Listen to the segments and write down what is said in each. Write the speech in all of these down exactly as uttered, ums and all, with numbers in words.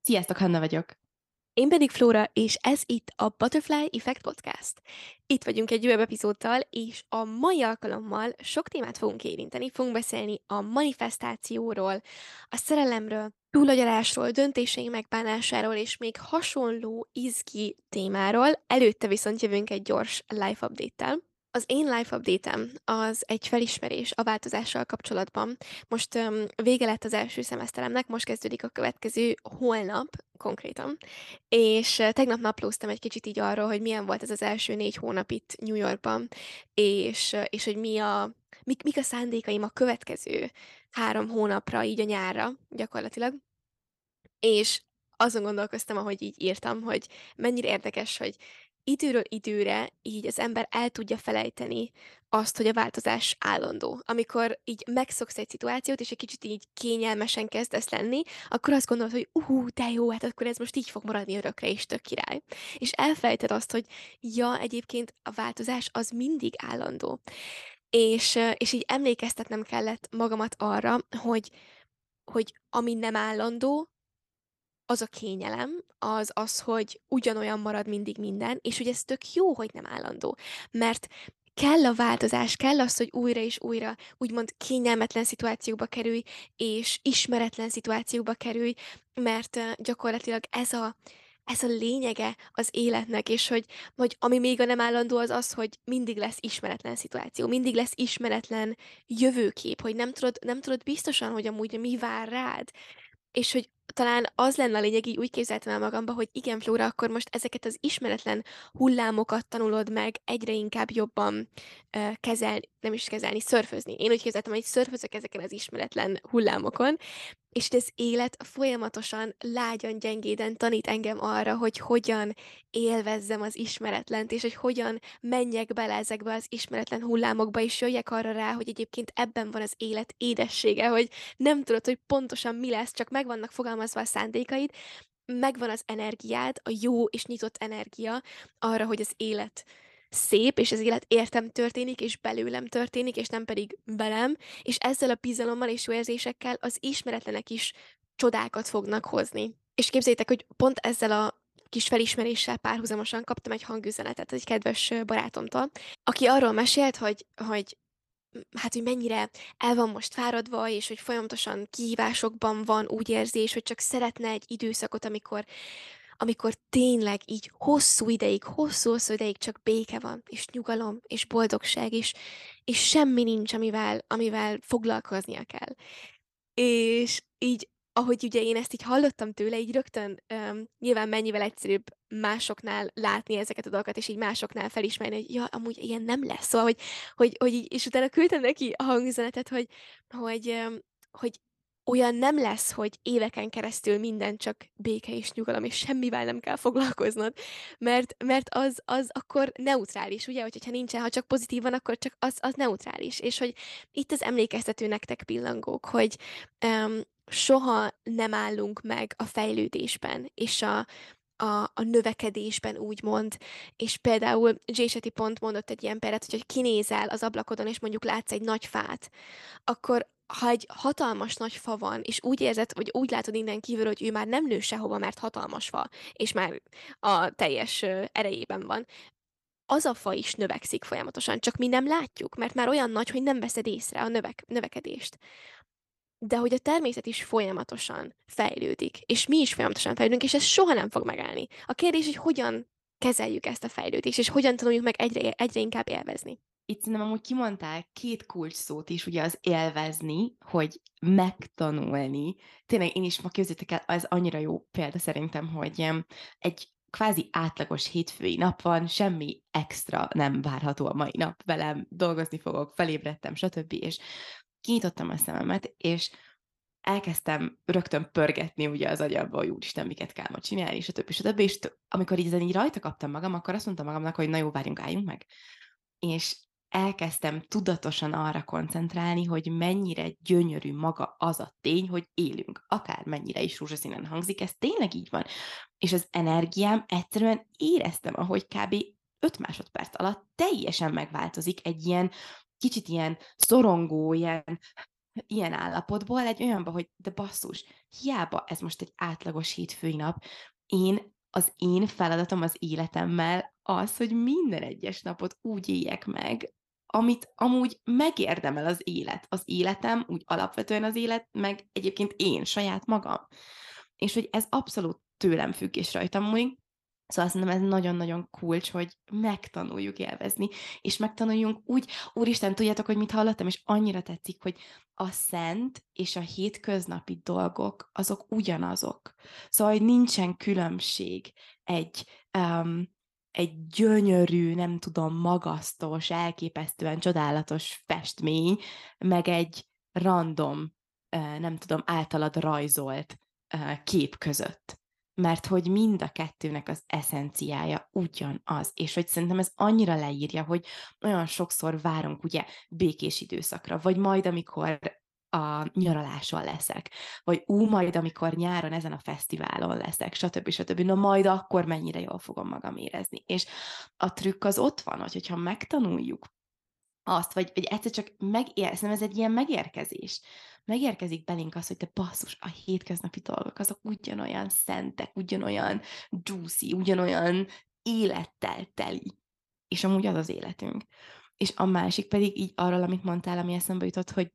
Sziasztok, Hanna vagyok. Én pedig Flóra, és ez itt a Butterfly Effect Podcast. Itt vagyunk egy újabb epizóddal, és a mai alkalommal sok témát fogunk érinteni. Fogunk beszélni a manifestációról, a szerelemről, túlagyalásról, döntéseink megbánásáról, és még hasonló izgi témáról. Előtte viszont jövünk egy gyors life update-tel. Az én life update-em az egy felismerés a változással kapcsolatban. Most öm, vége lett az első szemeszteremnek, most kezdődik a következő holnap konkrétan, és eh, tegnap naplóztam egy kicsit így arról, hogy milyen volt ez az első négy hónap itt New Yorkban, és, eh, és hogy mi a, mik, mik a szándékaim a következő három hónapra, így a nyárra gyakorlatilag. És azon gondolkoztam, ahogy így írtam, hogy mennyire érdekes, hogy időről időre így az ember el tudja felejteni azt, hogy a változás állandó. Amikor így megszoksz egy szituációt, és egy kicsit így kényelmesen kezdesz lenni, akkor azt gondolod, hogy uhú, de jó, hát akkor ez most így fog maradni örökre, és tök király. És elfelejted azt, hogy ja, egyébként a változás az mindig állandó. És, ö, és így emlékeztetnem kellett magamat arra, hogy, hogy ami nem állandó, az a kényelem, az az, hogy ugyanolyan marad mindig minden, és hogy ez tök jó, hogy nem állandó. Mert kell a változás, kell az, hogy újra és újra úgymond kényelmetlen szituációkba kerülj, és ismeretlen szituációkba kerülj, mert ö, gyakorlatilag ez a, ez a lényege az életnek, és hogy, hogy ami még a nem állandó az az, hogy mindig lesz ismeretlen szituáció, mindig lesz ismeretlen jövőkép, hogy nem tudod, nem tudod biztosan, hogy amúgy mi vár rád. És hogy talán az lenne a lényeg, így úgy képzeltem el magamba, hogy igen, Flóra, akkor most ezeket az ismeretlen hullámokat tanulod meg egyre inkább jobban ö, kezelni, nem is kezelni, szörfözni. Én úgy képzeltem, hogy szörfözök ezeken az ismeretlen hullámokon, és hogy az élet folyamatosan lágyan, gyengéden tanít engem arra, hogy hogyan élvezzem az ismeretlent, és hogy hogyan menjek bele ezekbe az ismeretlen hullámokba, és jöjjek arra rá, hogy egyébként ebben van az élet édessége, hogy nem tudod, hogy pontosan mi lesz, csak meg vannak fogalmazva a szándékaid, megvan az energiád, a jó és nyitott energia arra, hogy az élet szép, és az élet értem történik, és belőlem történik, és nem pedig velem, és ezzel a bizalommal és jó érzésekkel az ismeretlenek is csodákat fognak hozni. És képzeljétek, hogy pont ezzel a kis felismeréssel párhuzamosan kaptam egy hangüzenetet egy kedves ö, barátomtól, aki arról mesélt, hogy, hogy m hát, hogy mennyire el van most fáradva, és hogy folyamatosan kihívásokban van, úgy érzi, és hogy csak szeretne egy időszakot, amikor amikor tényleg így hosszú ideig, hosszú-hosszú ideig csak béke van, és nyugalom, és boldogság, és és semmi nincs, amivel amivel foglalkoznia kell. És így, ahogy ugye én ezt így hallottam tőle, így rögtön, öm, nyilván mennyivel egyszerűbb másoknál látni ezeket a dolgokat, és így másoknál felismerni, hogy ja, amúgy ilyen nem lesz. Szóval, hogy hogy hogy így és utána küldtem neki a hangüzenetet, hogy hogy, öm, hogy olyan nem lesz, hogy éveken keresztül minden csak béke és nyugalom, és semmivel nem kell foglalkoznod, mert mert az az akkor neutrális, ugye? Hogy hogyha nincsen, ha csak pozitív van, akkor csak az az neutrális. És hogy itt az emlékeztető nektek pillangók, hogy, öm, soha nem állunk meg a fejlődésben, és a a a növekedésben úgymond. És például Jay Shetty pont mondott egy ilyen példát, hogyha kinézel az ablakodon, és mondjuk látsz egy nagy fát, akkor ha egy hatalmas nagy fa van, és úgy érzed, vagy úgy látod innen kívülről, hogy ő már nem nő sehova, mert hatalmas fa, és már a teljes ö, erejében van, az a fa is növekszik folyamatosan, csak mi nem látjuk, mert már olyan nagy, hogy nem veszed észre a növek növekedést. De hogy a természet is folyamatosan fejlődik, és mi is folyamatosan fejlődünk, és ez soha nem fog megállni. A kérdés, hogy hogyan kezeljük ezt a fejlődést, és hogyan tanuljuk meg egyre egyre inkább élvezni. Itt szerintem amúgy kimondtál két kulcsszót is, ugye az élvezni, hogy megtanulni. Tényleg én is ma képzeljétek el, az annyira jó példa szerintem, hogy em, egy kvázi átlagos hétfői nap van, semmi extra nem várható a mai nap velem, dolgozni fogok, felébredtem, stb. És kinyitottam a szememet, és elkezdtem rögtön pörgetni ugye az agyamba, hogy úristen, miket kell ma csinálni, stb. Stb. És t- amikor így ezen így rajta kaptam magam, akkor azt mondtam magamnak, hogy na jó, várjunk, álljunk meg. És elkezdtem tudatosan arra koncentrálni, hogy mennyire gyönyörű maga az a tény, hogy élünk. Akár mennyire is rózsaszínen hangzik, ez tényleg így van. És az energiám egyszerűen éreztem, ahogy kb. öt másodperc alatt teljesen megváltozik egy ilyen kicsit ilyen szorongó, ilyen ilyen állapotból egy olyanba, hogy de basszus, hiába ez most egy átlagos hétfői nap, én, az én feladatom az életemmel az, hogy minden egyes napot úgy éljek meg, amit amúgy megérdemel az élet. Az életem, úgy alapvetően az élet, meg egyébként én, saját magam. És hogy ez abszolút tőlem függ és rajtam múlik. Szóval szerintem ez nagyon-nagyon kulcs, hogy megtanuljuk élvezni, és megtanuljunk úgy, úristen, tudjátok, hogy mit hallottam, és annyira tetszik, hogy a szent és a hétköznapi dolgok, azok ugyanazok. Szóval, hogy nincsen különbség egy, um, egy gyönyörű, nem tudom, magasztos, elképesztően csodálatos festmény, meg egy random, uh, nem tudom, általad rajzolt uh, kép között. Mert hogy mind a kettőnek az eszenciája ugyanaz, és hogy szerintem ez annyira leírja, hogy olyan sokszor várunk ugye békés időszakra, vagy majd, amikor a nyaraláson leszek, vagy ú, majd, amikor nyáron ezen a fesztiválon leszek, stb. stb. Na majd akkor mennyire jól fogom magam érezni. És a trükk az ott van, hogy, hogyha megtanuljuk azt, vagy, vagy egyszer csak megérzem, ez egy ilyen megérkezés. Megérkezik belénk az, hogy te basszus, a hétköznapi dolgok, azok ugyanolyan szentek, ugyanolyan juicy, ugyanolyan élettel teli. És amúgy az az életünk. És a másik pedig így arról, amit mondtál, ami eszembe jutott, hogy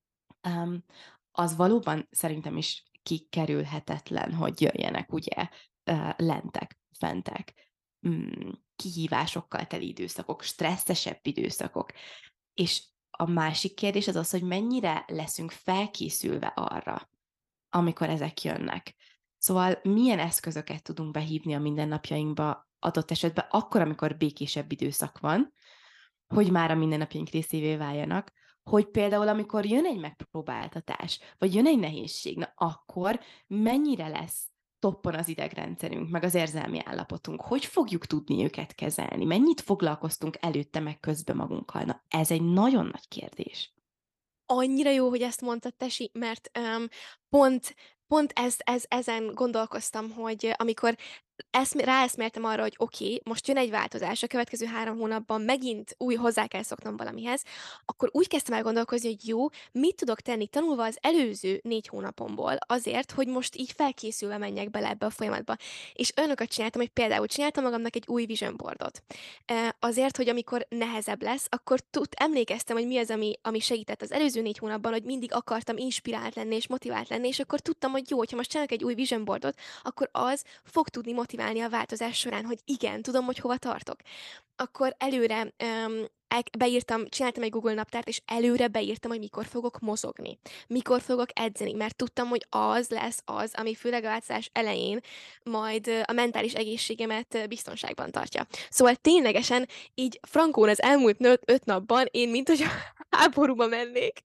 um, az valóban szerintem is kikerülhetetlen, hogy jöjjenek ugye uh, lentek, fentek, mm, kihívásokkal teli időszakok, stresszesebb időszakok. És a másik kérdés az az, hogy mennyire leszünk felkészülve arra, amikor ezek jönnek. Szóval milyen eszközöket tudunk behívni a mindennapjainkba adott esetben, akkor, amikor békésebb időszak van, hogy már a mindennapjaink részévé váljanak, hogy például amikor jön egy megpróbáltatás, vagy jön egy nehézség, na akkor mennyire lesz toppon az idegrendszerünk, meg az érzelmi állapotunk, hogy fogjuk tudni őket kezelni, mennyit foglalkoztunk előtte meg közben magunkkal. Na, ez egy nagyon nagy kérdés. Annyira jó, hogy ezt mondtad, Tesi, mert um, pont, pont ez, ez, ezen gondolkoztam, hogy amikor eszm- ráeszméltem arra, hogy oké, okay, most jön egy változás, a következő három hónapban megint új hozzá kell szoknom valamihez, akkor úgy kezdtem el gondolkozni, hogy jó, mit tudok tenni tanulva az előző négy hónapomból azért, hogy most így felkészülve menjek bele ebbe a folyamatba. És olyanokat csináltam, hogy például csináltam magamnak egy új vision boardot. E, azért, hogy amikor nehezebb lesz, akkor tud, emlékeztem, hogy mi az, ami, ami segített az előző négy hónapban, hogy mindig akartam inspirált lenni és motivált lenni, és akkor tudtam, hogy jó, hogyha most csinálok egy új vision boardot, akkor az fog tudni motiválni a változás során, hogy igen, tudom, hogy hova tartok. Akkor előre um, beírtam, csináltam egy Google naptárt, és előre beírtam, hogy mikor fogok mozogni, mikor fogok edzeni, mert tudtam, hogy az lesz az, ami főleg a változás elején majd a mentális egészségemet biztonságban tartja. Szóval ténylegesen így frankón az elmúlt öt, öt napban én, mint hogy háborúba mennék,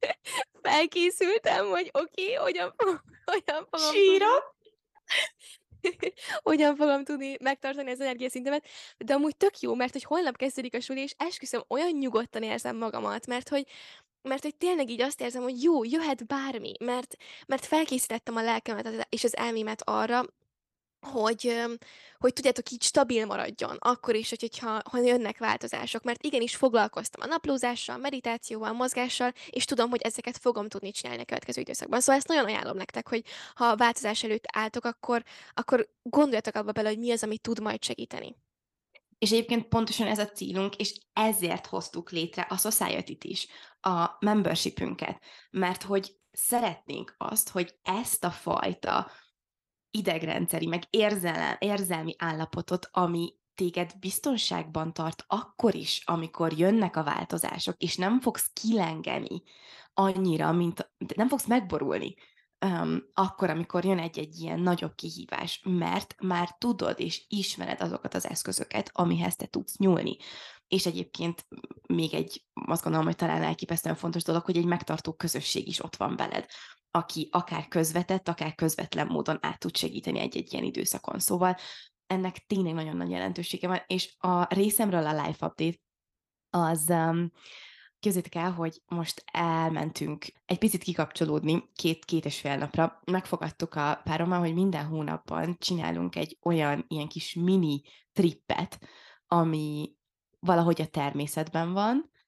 felkészültem, hogy oké, okay, hogyan, hogyan fogom tudni Sírok? hogyan fogom tudni megtartani az energiaszintemet, de amúgy tök jó, mert hogy holnap kezdődik a suli, és esküszöm, olyan nyugodtan érzem magamat, mert hogy mert hogy tényleg így azt érzem, hogy jó, jöhet bármi, mert, mert felkészítettem a lelkemet az- és az elmémet arra, hogy, öm, hogy tudjátok, így stabil maradjon, akkor is, hogy- hogyha ha jönnek változások, mert igenis foglalkoztam a naplózással, meditációval, mozgással, és tudom, hogy ezeket fogom tudni csinálni a következő időszakban. Szóval ezt nagyon ajánlom nektek, hogy ha a változás előtt álltok, akkor, akkor gondoljatok abba bele, hogy mi az, ami tud majd segíteni. És egyébként pontosan ez a célunk, és ezért hoztuk létre a Society-t is, a membershipünket, mert hogy szeretnénk azt, hogy ezt a fajta idegrendszeri, meg érzelem, érzelmi állapotot, ami téged biztonságban tart akkor is, amikor jönnek a változások, és nem fogsz kilengeni annyira, mint nem fogsz megborulni, um, akkor, amikor jön egy-egy ilyen nagyobb kihívás, mert már tudod és ismered azokat az eszközöket, amihez te tudsz nyúlni. És egyébként még egy, azt gondolom, hogy talán elképesztően fontos dolog, hogy egy megtartó közösség is ott van veled, aki akár közvetett, akár közvetlen módon át tud segíteni egy-egy ilyen időszakon. Szóval ennek tényleg nagyon nagy jelentősége van, és a részemről a life update az, um, képzeljétek el, hogy most elmentünk egy picit kikapcsolódni két, két és fél napra. Megfogadtuk a párommal, hogy minden hónapban csinálunk egy olyan ilyen kis mini trippet, ami valahogy a természetben van,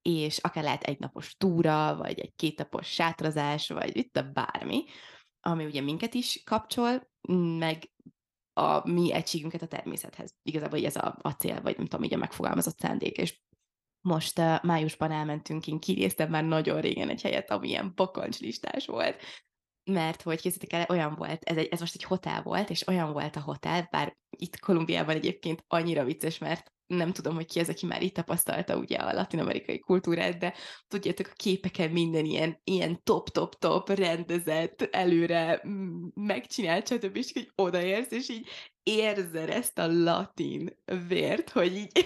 és akár lehet egynapos túra, vagy egy kétnapos sátrazás, vagy itt a bármi, ami ugye minket is kapcsol, meg a mi egységünket a természethez. Igazából ez a, a cél, vagy nem tudom, így a megfogalmazott szándék, és most uh, májusban elmentünk, én kinéztem már nagyon régen egy helyet, ami ilyen bakancslistás volt, mert hogy képzeljétek el, olyan volt, ez, egy, ez most egy hotel volt, és olyan volt a hotel, bár itt Kolumbiában egyébként annyira vicces, mert nem tudom, hogy ki az, aki már itt tapasztalta ugye a latin-amerikai kultúrát, de tudjátok, a képeken minden ilyen, ilyen top-top-top rendezett, előre mm, megcsinált, stb. És hogy odaérsz, és így érzed ezt a latin vért, hogy így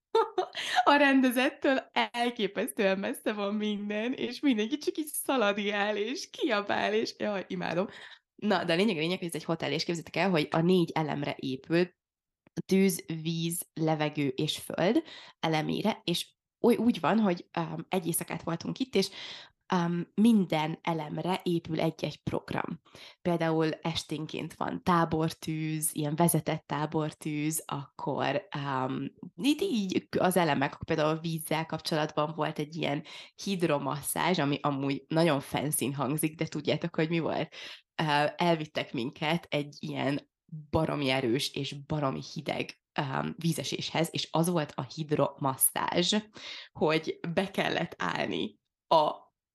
a rendezettől elképesztően messze van minden, és mindenki csak így szaladgál, és kiabál, és jaj, imádom. Na, de a lényeg a lényeg, hogy ez egy hotel, és képzeljétek el, hogy a négy elemre épül, tűz, víz, levegő és föld elemére, és oly úgy van, hogy um, egy éjszakát voltunk itt, és um, minden elemre épül egy-egy program. Például esténként van tábortűz, ilyen vezetett tábortűz, akkor um, itt így az elemek, akkor például a vízzel kapcsolatban volt egy ilyen hidromasszázs, ami amúgy nagyon fancy hangzik, de tudjátok, hogy mi volt? Uh, elvittek minket egy ilyen baromi erős és baromi hideg um, vízeséshez, és az volt a hidromasszázs, hogy be kellett állni a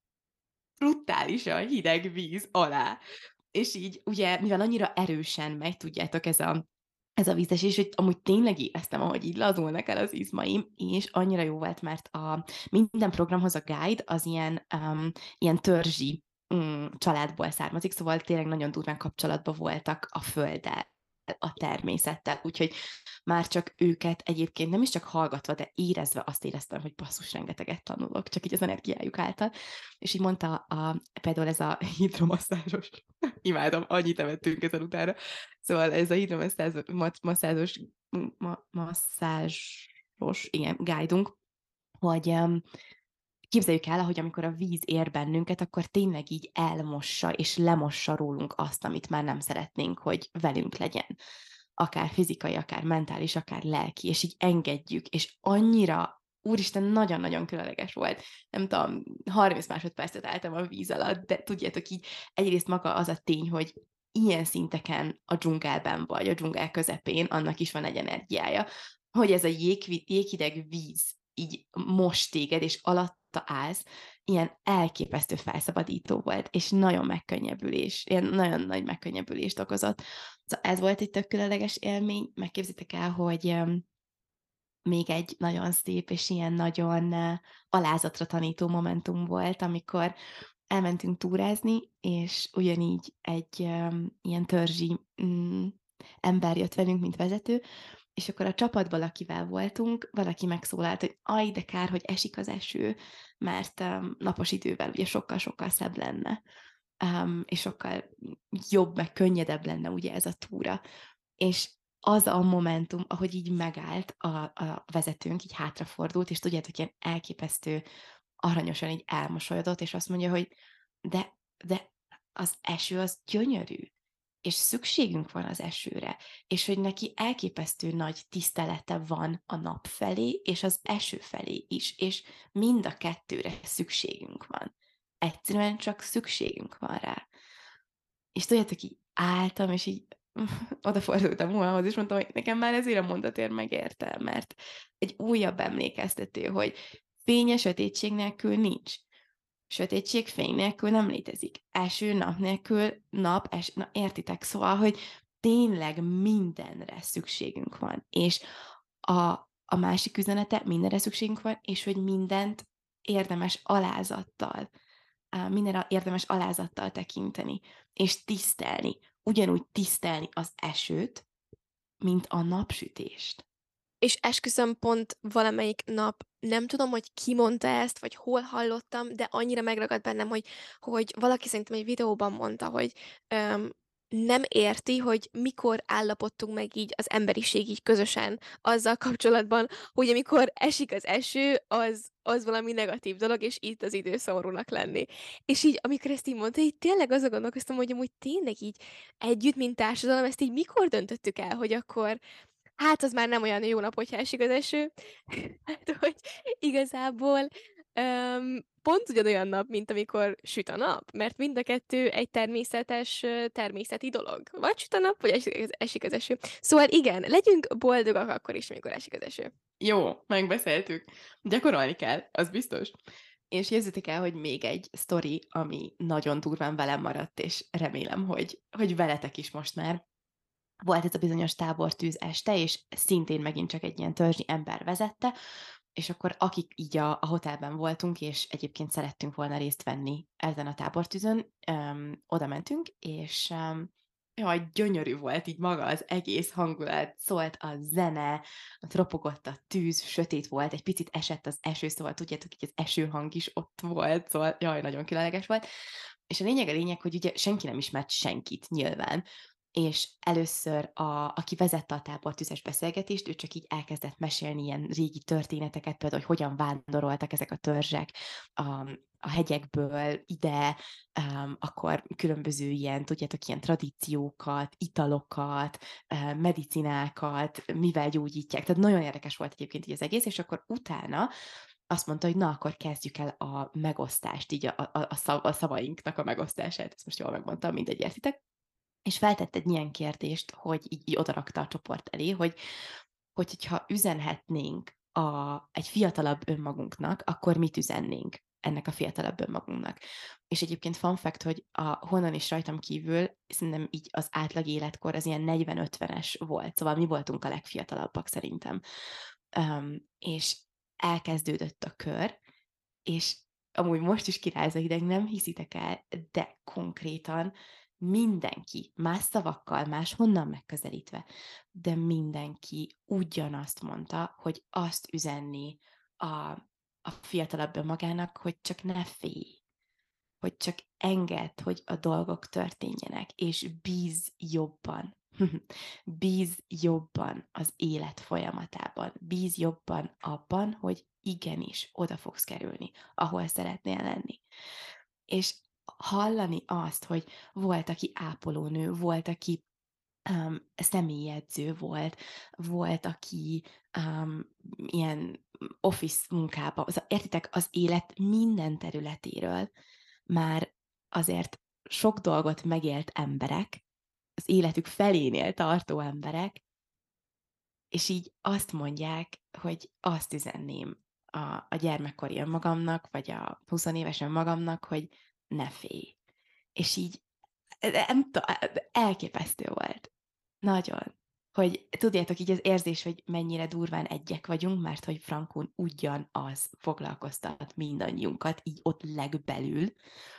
brutálisan hideg víz alá. És így ugye, mivel annyira erősen megy, tudjátok, ez a ez a vízesés, hogy amúgy tényleg éreztem, ahogy így lazulnak el az izmaim, és annyira jó volt, mert a minden programhoz a guide az ilyen, um, ilyen törzsi um, családból származik, szóval tényleg nagyon durván kapcsolatban voltak a földdel, a természettel, úgyhogy már csak őket egyébként nem is csak hallgatva, de érezve azt éreztem, hogy basszus, rengeteget tanulok, csak így az energiájuk által. És így mondta a, például ez a hidromasszázsos, imádom, annyit nevettünk ezen utána, szóval ez a hidromasszázsos ma, masszázsos, igen, guide-unk, hogy um, képzeljük el, hogy amikor a víz ér bennünket, akkor tényleg így elmossa és lemossa rólunk azt, amit már nem szeretnénk, hogy velünk legyen. Akár fizikai, akár mentális, akár lelki, és így engedjük, és annyira, úristen, nagyon-nagyon különleges volt. Nem tudom, harminc másodpercet álltam a víz alatt, de tudjátok így, egyrészt maga az a tény, hogy ilyen szinteken a dzsungelben vagy, a dzsungel közepén, annak is van egy energiája, hogy ez a jég, jéghideg víz így most téged, és alatta állsz, ilyen elképesztő felszabadító volt, és nagyon megkönnyebbülés, ilyen nagyon nagy megkönnyebbülést okozott. Szóval ez volt egy tök különleges élmény, megképzitek el, hogy um, még egy nagyon szép és ilyen nagyon uh, alázatra tanító momentum volt, amikor elmentünk túrázni, és ugyanígy egy um, ilyen törzsi um, ember jött velünk, mint vezető, és akkor a csapatban, akivel voltunk, valaki megszólalt, hogy aj, de kár, hogy esik az eső, mert um, napos idővel ugye sokkal-sokkal szebb lenne, um, és sokkal jobb, meg könnyedebb lenne ugye ez a túra. És az a momentum, ahogy így megállt a, a vezetőnk, így hátrafordult, és tudjátok, ilyen elképesztő, aranyosan így elmosolyodott, és azt mondja, hogy de, de az eső az gyönyörű, és szükségünk van az esőre, és hogy neki elképesztő nagy tisztelete van a nap felé, és az eső felé is, és mind a kettőre szükségünk van. Egyszerűen csak szükségünk van rá. És tudjátok, így álltam, és így odafordultam Huanhoz, és mondtam, hogy nekem már ezért a mondatért megérte, mert egy újabb emlékeztető, hogy fény a sötétség nélkül nincs. Sötétség fény nélkül nem létezik. Eső nap nélkül nap, es, na értitek, szóval, hogy tényleg mindenre szükségünk van. És a, a másik üzenete, mindenre szükségünk van, és hogy mindent érdemes alázattal, mindenre érdemes alázattal tekinteni, és tisztelni. Ugyanúgy tisztelni az esőt, mint a napsütést. És esküszöm, pont valamelyik nap, nem tudom, hogy ki mondta ezt, vagy hol hallottam, de annyira megragadt bennem, hogy, hogy valaki szerintem egy videóban mondta, hogy öm, nem érti, hogy mikor állapodtunk meg így az emberiség így közösen azzal kapcsolatban, hogy amikor esik az eső, az, az valami negatív dolog, és itt az idő szomorúnak lenni. És így, amikor ezt így mondta, így tényleg azon gondolkoztam, hogy amúgy tényleg így együtt, mint társadalom, ezt így mikor döntöttük el, hogy akkor hát az már nem olyan jó nap, hogyha esik az eső. Hát, hogy igazából Öm, pont ugyanolyan nap, mint amikor süt a nap, mert mind a kettő egy természetes, ö, természeti dolog. Vagy süt a nap, vagy esik az esik az eső. Szóval igen, legyünk boldogak akkor is, amikor esik az eső. Jó, megbeszéltük. Gyakorolni kell, az biztos. És jegyezzétek el, hogy még egy sztori, ami nagyon durván velem maradt, és remélem, hogy, hogy veletek is most már. Volt ez a bizonyos tábortűz este, és szintén megint csak egy ilyen törzsi ember vezette, és akkor akik így a, a hotelben voltunk, és egyébként szerettünk volna részt venni ezen a tábortűzön, öm, oda mentünk, és öm, jaj, gyönyörű volt így maga az egész hangulat, szólt a zene, ott ropogott a tűz, sötét volt, egy picit esett az eső, szóval tudjátok, így az esőhang is ott volt, szóval jaj, nagyon különleges volt. És a lényeg a lényeg, hogy ugye senki nem ismert senkit nyilván, és először, a, aki vezette a tábortüzes beszélgetést, ő csak így elkezdett mesélni ilyen régi történeteket, például, hogy hogyan vándoroltak ezek a törzsek a, a hegyekből ide, um, akkor különböző ilyen, tudjátok, ilyen tradíciókat, italokat, uh, medicinákat, mivel gyógyítják. Tehát nagyon érdekes volt egyébként így az egész, és akkor utána azt mondta, hogy na, akkor kezdjük el a megosztást, így a, a, a, szav, a szavainknak a megosztását. Ezt most jól megmondtam, mindegy, értitek. És feltett egy ilyen kérdést, hogy így, így odarakta a csoport elé, hogy, hogy hogyha üzenhetnénk a, egy fiatalabb önmagunknak, akkor mit üzennénk ennek a fiatalabb önmagunknak. És egyébként fun fact, hogy a honnan is rajtam kívül, szerintem így az átlag életkor az ilyen negyven-ötvenes volt, szóval mi voltunk a legfiatalabbak szerintem. Um, és elkezdődött a kör, és amúgy most is kiráz a hideg, nem hiszitek el, de konkrétan mindenki, más szavakkal, más honnan megközelítve, de mindenki ugyanazt mondta, hogy azt üzenni a, a fiatalabb önmagának, hogy csak ne félj, hogy csak engedd, hogy a dolgok történjenek, és bíz jobban. Bíz jobban az élet folyamatában. Bíz jobban abban, hogy igenis oda fogsz kerülni, ahol szeretnél lenni. És hallani azt, hogy volt, aki ápolónő, volt, aki um, személyedző volt, volt, aki um, ilyen office munkába, az, értitek, az élet minden területéről már azért sok dolgot megélt emberek, az életük felénél tartó emberek, és így azt mondják, hogy azt üzenném a, a gyermekkori önmagamnak, vagy a húsz éves önmagamnak, hogy ne félj. És így nem tudom, elképesztő volt. Nagyon. Hogy tudjátok így az érzés, hogy mennyire durván egyek vagyunk, mert hogy frankon ugyanaz foglalkoztat mindannyiunkat, így ott legbelül.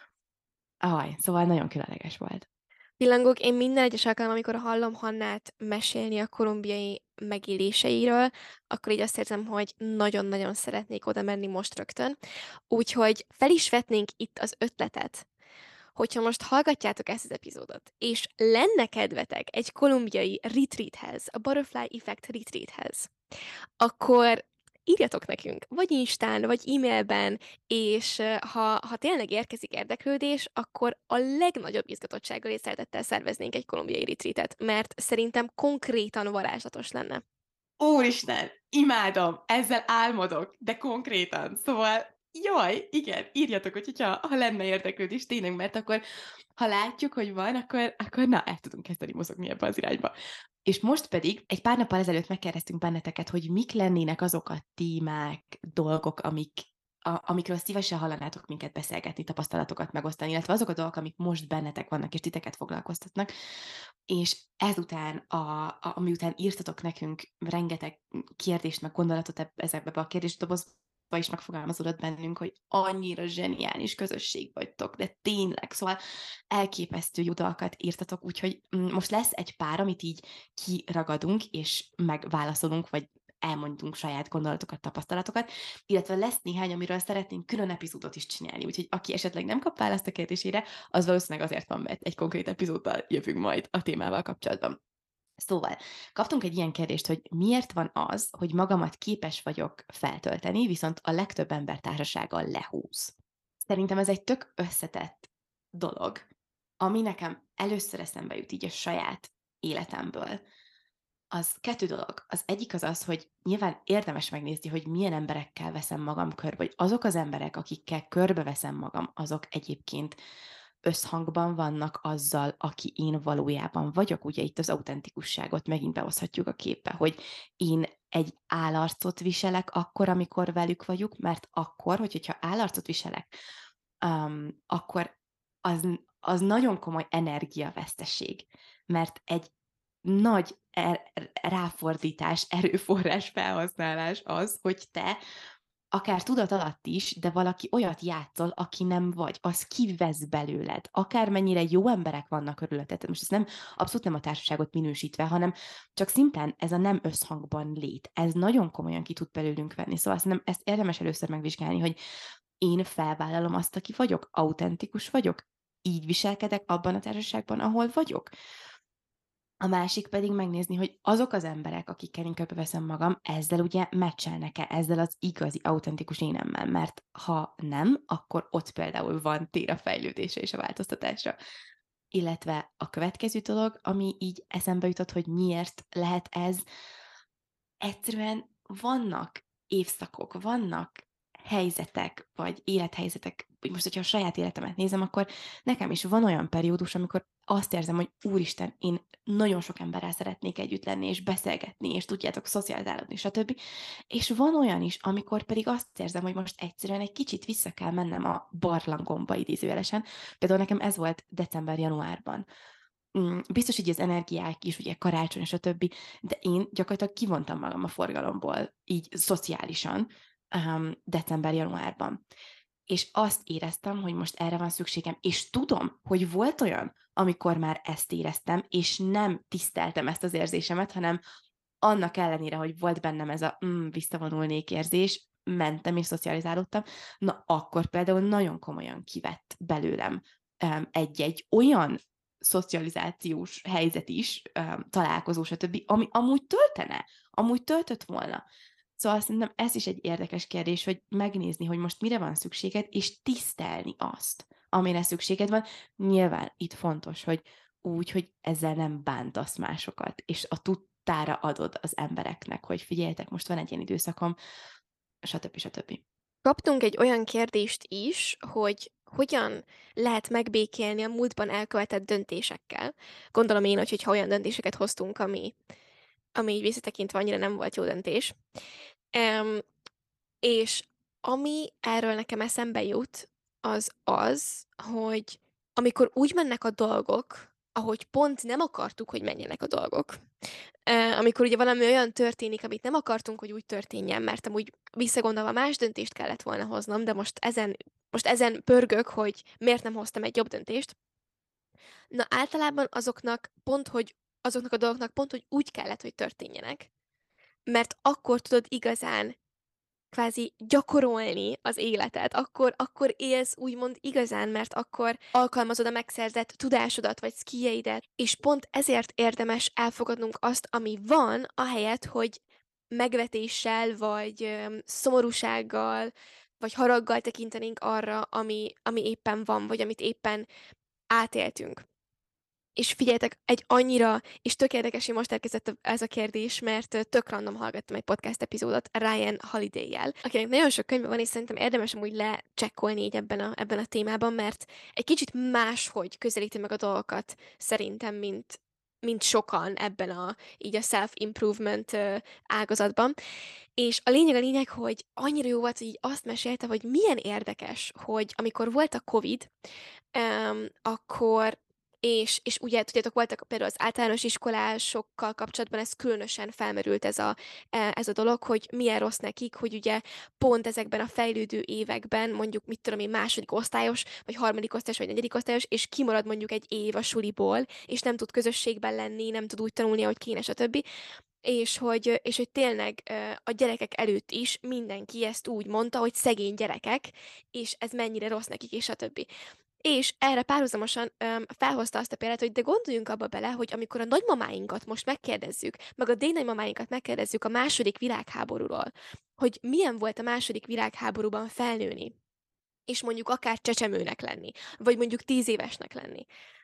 Aj, szóval nagyon különleges volt. Pillangók, én minden egyes alkalom, amikor hallom Hannát mesélni a kolumbiai megéléseiről, akkor így azt érzem, hogy nagyon-nagyon szeretnék oda menni most rögtön. Úgyhogy fel is vetnénk itt az ötletet, hogyha most hallgatjátok ezt az epizódot, és lenne kedvetek egy kolumbiai retreathez, a Butterfly Effect retreathez, akkor írjatok nekünk, vagy Instán, vagy e-mailben, és ö, ha, ha tényleg érkezik érdeklődés, akkor a legnagyobb izgatottsággal és szeretettel szerveznénk egy kolumbiai retreatet, mert szerintem konkrétan varázslatos lenne. Úristen, imádom, ezzel álmodok, de konkrétan. Szóval, jaj, igen, írjatok, hogy hogyha, ha lenne érdeklődés tényleg, mert akkor, ha látjuk, hogy van, akkor, akkor na, el tudunk kezdeni mozogni ebbe az irányba. És most pedig egy pár nappal ezelőtt megkérdeztünk benneteket, hogy mik lennének azok a témák, dolgok, amik, a, amikről szívesen hallanátok minket beszélgetni, tapasztalatokat megosztani, illetve azok a dolgok, amik most bennetek vannak, és titeket foglalkoztatnak. És ezután, a, a, amiután írtatok nekünk rengeteg kérdést, meg gondolatot eb- ezekbe a kérdésdobozba is megfogalmazódott bennünk, hogy annyira zseniális közösség vagytok, de tényleg, szóval elképesztő jó dolgokat írtatok, úgyhogy mm, most lesz egy pár, amit így kiragadunk, és megválaszolunk, vagy elmondunk saját gondolatokat, tapasztalatokat, illetve lesz néhány, amiről szeretnénk külön epizódot is csinálni, úgyhogy aki esetleg nem kap választ a kérdésére, az valószínűleg azért van, mert egy konkrét epizóddal jövünk majd a témával kapcsolatban. Szóval kaptunk egy ilyen kérdést, hogy miért van az, hogy magamat képes vagyok feltölteni, viszont a legtöbb ember társasággal lehúz. Szerintem ez egy tök összetett dolog, ami nekem először eszembe jut így a saját életemből, Az kettő dolog. Az egyik az az, hogy nyilván érdemes megnézni, hogy milyen emberekkel veszem magam körbe, vagy azok az emberek, akikkel körbeveszem magam, azok egyébként összhangban vannak azzal, aki én valójában vagyok. Ugye itt az autentikusságot megint behozhatjuk a képbe, hogy én egy állarcot viselek akkor, amikor velük vagyok, mert akkor, hogy, hogyha állarcot viselek, um, akkor az, az nagyon komoly energiaveszteség, mert egy nagy er- ráfordítás, erőforrás felhasználás az, hogy te akár tudat alatt is, de valaki olyat játszol, aki nem vagy, az kivesz belőled. Akármennyire jó emberek vannak körülötted. Most ez nem, abszolút nem a társaságot minősítve, hanem csak szimplán ez a nem összhangban lét. Ez nagyon komolyan ki tud belőlünk venni. Szóval szerintem ezt érdemes először megvizsgálni, hogy én felvállalom azt, aki vagyok, autentikus vagyok, így viselkedek abban a társaságban, ahol vagyok. A másik pedig megnézni, hogy azok az emberek, akikkel én körbeveszem magam, ezzel ugye meccselnek-e, ezzel az igazi, autentikus énemmel, mert ha nem, akkor ott például van tér a fejlődésre és a változtatásra. Illetve a következő dolog, ami így eszembe jutott, hogy miért lehet ez, egyszerűen vannak évszakok, vannak helyzetek, vagy élethelyzetek, hogy most, hogyha a saját életemet nézem, akkor nekem is van olyan periódus, amikor azt érzem, hogy úristen, én nagyon sok emberrel szeretnék együtt lenni, és beszélgetni, és tudjátok, szocializálódni, stb. És van olyan is, amikor pedig azt érzem, hogy most egyszerűen egy kicsit vissza kell mennem a barlangomba idézőjelesen. Például nekem ez volt december-januárban. Mm, biztos, hogy az energiák is, ugye karácsony, stb., de én gyakorlatilag kivontam magam a forgalomból, így szociálisan, um, december-januárban. És azt éreztem, hogy most erre van szükségem, és tudom, hogy volt olyan, amikor már ezt éreztem, és nem tiszteltem ezt az érzésemet, hanem annak ellenére, hogy volt bennem ez a mm, visszavonulnék érzés, mentem és szocializálódtam, na akkor például nagyon komolyan kivett belőlem um, egy-egy olyan szocializációs helyzet is, um, találkozó, stb., ami amúgy töltene, amúgy töltött volna. Szóval szerintem ez is egy érdekes kérdés, hogy megnézni, hogy most mire van szükséged, és tisztelni azt, amire szükséged van. Nyilván itt fontos, hogy úgy, hogy ezzel nem bántasz másokat, és a tudtára adod az embereknek, hogy figyeljetek, most van egy ilyen időszakom, stb. stb. Kaptunk egy olyan kérdést is, hogy hogyan lehet megbékélni a múltban elkövetett döntésekkel. Gondolom én, hogy hogyha olyan döntéseket hoztunk, ami, ami így visszatekintve annyira nem volt jó döntés. Um, és ami erről nekem eszembe jut, az az, hogy amikor úgy mennek a dolgok, ahogy pont nem akartuk, hogy menjenek a dolgok. Ö, amikor ugye valami olyan történik, amit nem akartunk, hogy úgy történjen, mert amúgy visszagondolva más döntést kellett volna hoznom, de most ezen, most ezen pörgök, hogy miért nem hoztam egy jobb döntést. Na általában azoknak pont, hogy azoknak a dolgoknak pont, hogy úgy kellett, hogy történjenek. Mert akkor tudod igazán kvázi gyakorolni az életet, akkor, akkor élsz úgymond igazán, mert akkor alkalmazod a megszerzett tudásodat, vagy skilljeidet, és pont ezért érdemes elfogadnunk azt, ami van, ahelyett, hogy megvetéssel, vagy öm, szomorúsággal, vagy haraggal tekintenénk arra, ami, ami éppen van, vagy amit éppen átéltünk. És figyeljetek, egy annyira, és tök érdekes, hogy most elkezdett ez a kérdés, mert ö, tök random hallgattam egy podcast epizódot Ryan Holiday-jel, akinek nagyon sok könyve van, és szerintem érdemes amúgy lecsekkolni így ebben a, ebben a témában, mert egy kicsit máshogy közelíti meg a dolgokat szerintem, mint, mint sokan ebben a, így a self-improvement ö, ágazatban. És a lényeg a lényeg, hogy annyira jó volt, hogy így azt mesélte, hogy milyen érdekes, hogy amikor volt a Covid, Öm, akkor és és ugye tudjátok, voltak például az általános iskolásokkal kapcsolatban ez különösen felmerült ez a e ez a dolog, hogy milyen rossz nekik, hogy ugye pont ezekben a fejlődő években, mondjuk mit tudom én, második osztályos, vagy harmadik osztályos, vagy negyedik osztályos, és kimarad mondjuk egy év a suliból, és nem tud közösségben lenni, nem tud úgy tanulni, ahogy kéne, stb. És hogy és hogy tényleg, ö, a gyerekek előtt is mindenki ezt úgy mondta, hogy szegény gyerekek, és ez mennyire rossz nekik, és stb. És erre párhuzamosan, öm, felhozta azt a példát, hogy de gondoljunk abba bele, hogy amikor a nagymamáinkat most megkérdezzük, meg a dédnagymamáinkat megkérdezzük a második világháborúról, hogy milyen volt a második világháborúban felnőni, és mondjuk akár csecsemőnek lenni, vagy mondjuk tíz évesnek lenni,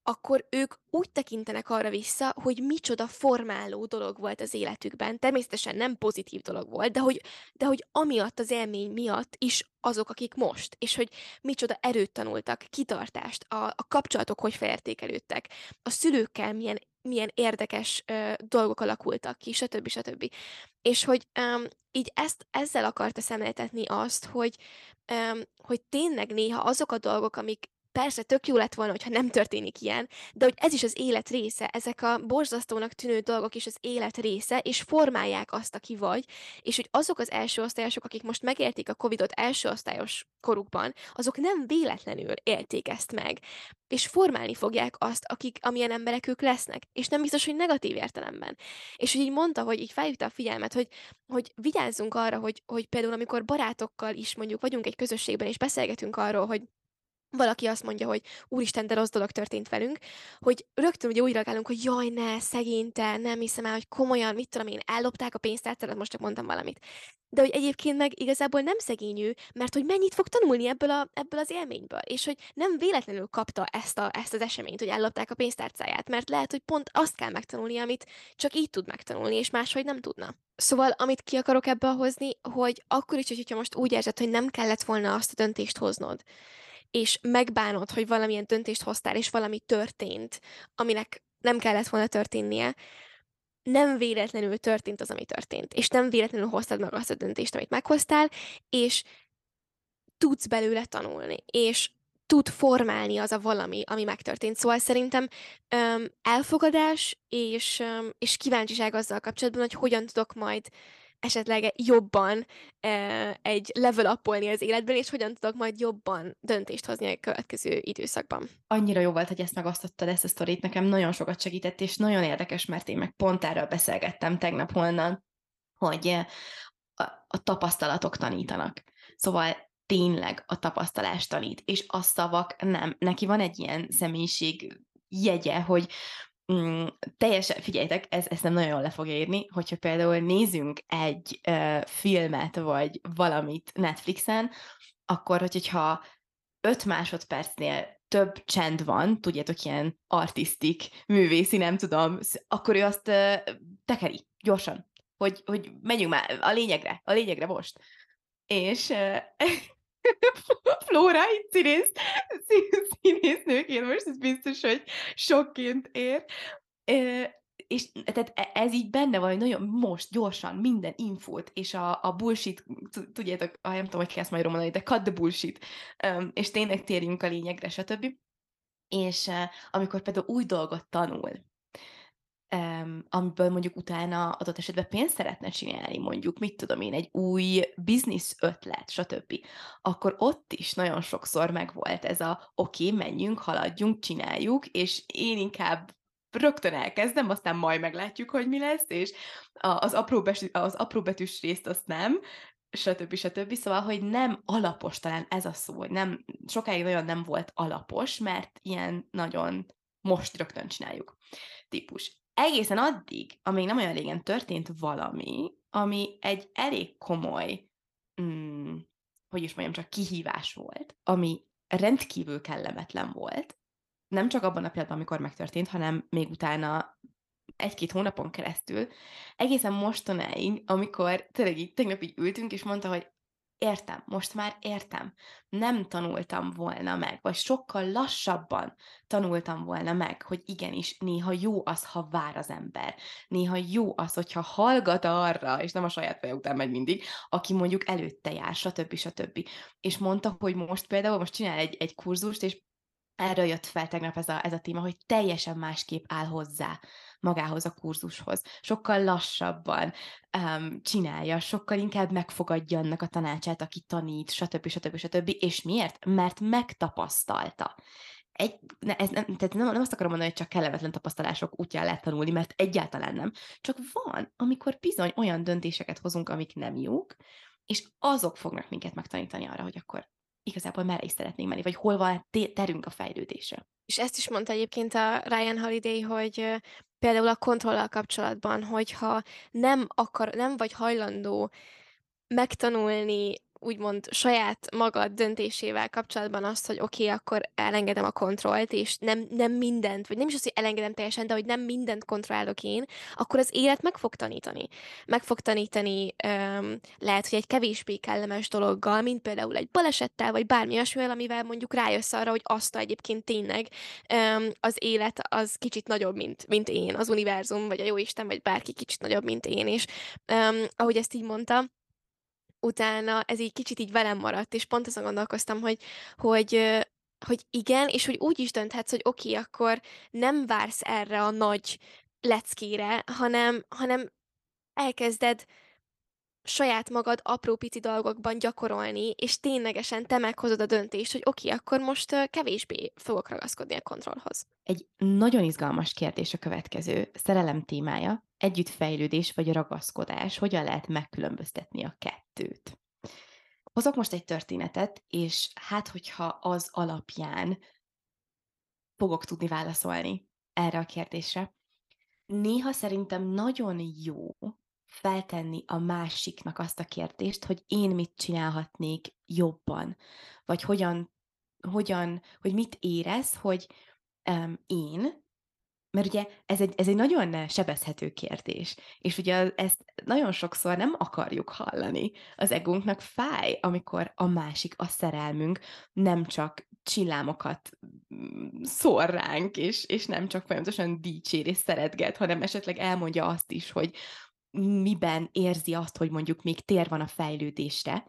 akkor ők úgy tekintenek arra vissza, hogy micsoda formáló dolog volt az életükben. Természetesen nem pozitív dolog volt, de hogy, de hogy amiatt az élmény miatt is azok, akik most, és hogy micsoda erőt tanultak, kitartást, a, a kapcsolatok hogy felértékelődtek, a szülőkkel milyen, milyen érdekes ö, dolgok alakultak ki, stb. stb. És hogy um, így ezt, ezzel akarta szemléltetni azt, hogy, um, hogy tényleg néha azok a dolgok, amik persze tök jó lett volna, hogyha nem történik ilyen, de hogy ez is az élet része, ezek a borzasztónak tűnő dolgok is az élet része, és formálják azt, aki vagy, és hogy azok az első osztályosok, akik most megélték a Covidot első osztályos korukban, azok nem véletlenül élték ezt meg, és formálni fogják azt, akik, amilyen emberek ők lesznek, és nem biztos, hogy negatív értelemben. És hogy így mondta, hogy így felhívta a figyelmet, hogy, hogy vigyázzunk arra, hogy, hogy például amikor barátokkal is mondjuk vagyunk egy közösségben, és beszélgetünk arról, hogy valaki azt mondja, hogy úristen, de rossz dolog történt velünk, hogy rögtön ugye úgy reagálunk, hogy jaj, ne, szegény te, nem hiszem el, hogy komolyan, mit tudom én, ellopták a pénztárcádat, most csak mondtam valamit. De hogy egyébként meg igazából nem szegény ő, mert hogy mennyit fog tanulni ebből, a, ebből az élményből, és hogy nem véletlenül kapta ezt, a, ezt az eseményt, hogy ellopták a pénztárcáját, mert lehet, hogy pont azt kell megtanulni, amit csak így tud megtanulni, és máshogy nem tudna. Szóval, amit ki akarok ebből hozni, hogy akkor is, hogyha most úgy érzed, hogy nem kellett volna azt a döntést hoznod, és megbánod, hogy valamilyen döntést hoztál, és valami történt, aminek nem kellett volna történnie, nem véletlenül történt az, ami történt, és nem véletlenül hoztad meg azt a döntést, amit meghoztál, és tudsz belőle tanulni, és tud formálni az a valami, ami megtörtént. Szóval szerintem öm, elfogadás és, öm, és kíváncsiság azzal kapcsolatban, hogy hogyan tudok majd esetleg jobban e, egy level upolni az életben, és hogyan tudok majd jobban döntést hozni a következő időszakban. Annyira jó volt, hogy ezt megosztottad, ezt a sztorit, nekem nagyon sokat segített, és nagyon érdekes, mert én meg pont erről beszélgettem tegnap holnap, hogy a, a tapasztalatok tanítanak. Szóval tényleg a tapasztalás tanít, és a szavak nem. Neki van egy ilyen személyiség jegye, hogy mm, teljesen, figyeljetek, ez, ezt nem nagyon jól le fogja írni, hogyha például nézünk egy uh, filmet, vagy valamit Netflixen, akkor, hogyha öt másodpercnél több csend van, tudjátok, ilyen artisztik, művészi, nem tudom, akkor ő azt uh, tekeri, gyorsan, hogy, hogy menjünk már a lényegre, a lényegre most. És uh, Flóra, itt színész, színésznőként most ez biztos, hogy sokként ér. Uh, és tehát ez így benne van, hogy nagyon most, gyorsan, minden infót, és a, a bullshit, tudjátok, ah, nem tudom, hogy kell ezt magyarul mondani, de cut the bullshit, um, és tényleg térjünk a lényegre, stb. És uh, amikor például új dolgot tanul, um, amiből mondjuk utána adott esetben pénzt szeretne csinálni, mondjuk, mit tudom én, egy új biznisz ötlet, stb., akkor ott is nagyon sokszor megvolt ez a oké, okay, menjünk, haladjunk, csináljuk, és én inkább rögtön elkezdem, aztán majd meglátjuk, hogy mi lesz, és az apró, bes- az apró betűs részt azt nem, stb. stb. Szóval, hogy nem alapos, talán ez a szó, hogy nem, sokáig nagyon nem volt alapos, mert ilyen nagyon most rögtön csináljuk típus. Egészen addig, amíg nem olyan régen történt valami, ami egy elég komoly, mm, hogy is mondjam, csak kihívás volt, ami rendkívül kellemetlen volt, nem csak abban a pillanatban, amikor megtörtént, hanem még utána egy-két hónapon keresztül, egészen mostanáig, amikor tényleg így, tegnap így ültünk, és mondta, hogy értem, most már értem. Nem tanultam volna meg, vagy sokkal lassabban tanultam volna meg, hogy igenis, néha jó az, ha vár az ember. Néha jó az, hogyha hallgat arra, és nem a saját feje után megy mindig, aki mondjuk előtte jár, stb. stb. És mondta, hogy most például most csinál egy, egy kurzust, és erről jött fel tegnap ez a, ez a téma, hogy teljesen másképp áll hozzá magához a kurzushoz. Sokkal lassabban um, csinálja, sokkal inkább megfogadja annak a tanácsát, aki tanít, stb. stb. stb. És miért? Mert megtapasztalta. Egy, ne, ez nem, tehát nem, nem azt akarom mondani, hogy csak kellemetlen tapasztalások útján lehet tanulni, mert egyáltalán nem. Csak van, amikor bizony olyan döntéseket hozunk, amik nem jók, és azok fognak minket megtanítani arra, hogy akkor igazából merre is szeretnénk menni, vagy hol van terünk a fejlődésre. És ezt is mondta egyébként a Ryan Holiday, hogy ö, például a kontrollal kapcsolatban, hogyha nem akar, nem vagy hajlandó megtanulni úgymond saját magad döntésével kapcsolatban azt, hogy oké, okay, akkor elengedem a kontrollt, és nem, nem mindent, vagy nem is azt, hogy elengedem teljesen, de hogy nem mindent kontrollálok én, akkor az élet meg fog tanítani. Meg fog tanítani öm, lehet, hogy egy kevésbé kellemes dologgal, mint például egy balesettel, vagy bármi olyasmivel, amivel mondjuk rájössz arra, hogy azt egyébként tényleg öm, az élet az kicsit nagyobb, mint, mint én, az univerzum, vagy a jóisten, vagy bárki kicsit nagyobb, mint én, és öm, ahogy ezt így mondta, utána ez így kicsit így velem maradt, és pont azon gondolkoztam, hogy, hogy, ö, hogy igen, és hogy úgy is dönthetsz, hogy oké, okay, akkor nem vársz erre a nagy leckére, hanem, hanem elkezded saját magad apró pici dolgokban gyakorolni, és ténylegesen te meghozod a döntést, hogy oké, okay, akkor most ö, kevésbé fogok ragaszkodni a kontrollhoz. Egy nagyon izgalmas kérdés a következő. Szerelem témája, együttfejlődés vagy ragaszkodás, hogyan lehet megkülönböztetni a kettőt? Hozok most egy történetet, és hát, hogyha az alapján fogok tudni válaszolni erre a kérdésre. Néha szerintem nagyon jó feltenni a másiknak azt a kérdést, hogy én mit csinálhatnék jobban, vagy hogyan, hogyan hogy mit érez, hogy em, én, mert ugye ez egy, ez egy nagyon sebezhető kérdés, és ugye ezt nagyon sokszor nem akarjuk hallani. Az egónknak fáj, amikor a másik, a szerelmünk nem csak csillámokat mm, szór ránk, és, és nem csak folyamatosan dicsér és szeretget, hanem esetleg elmondja azt is, hogy miben érzi azt, hogy mondjuk még tér van a fejlődésre,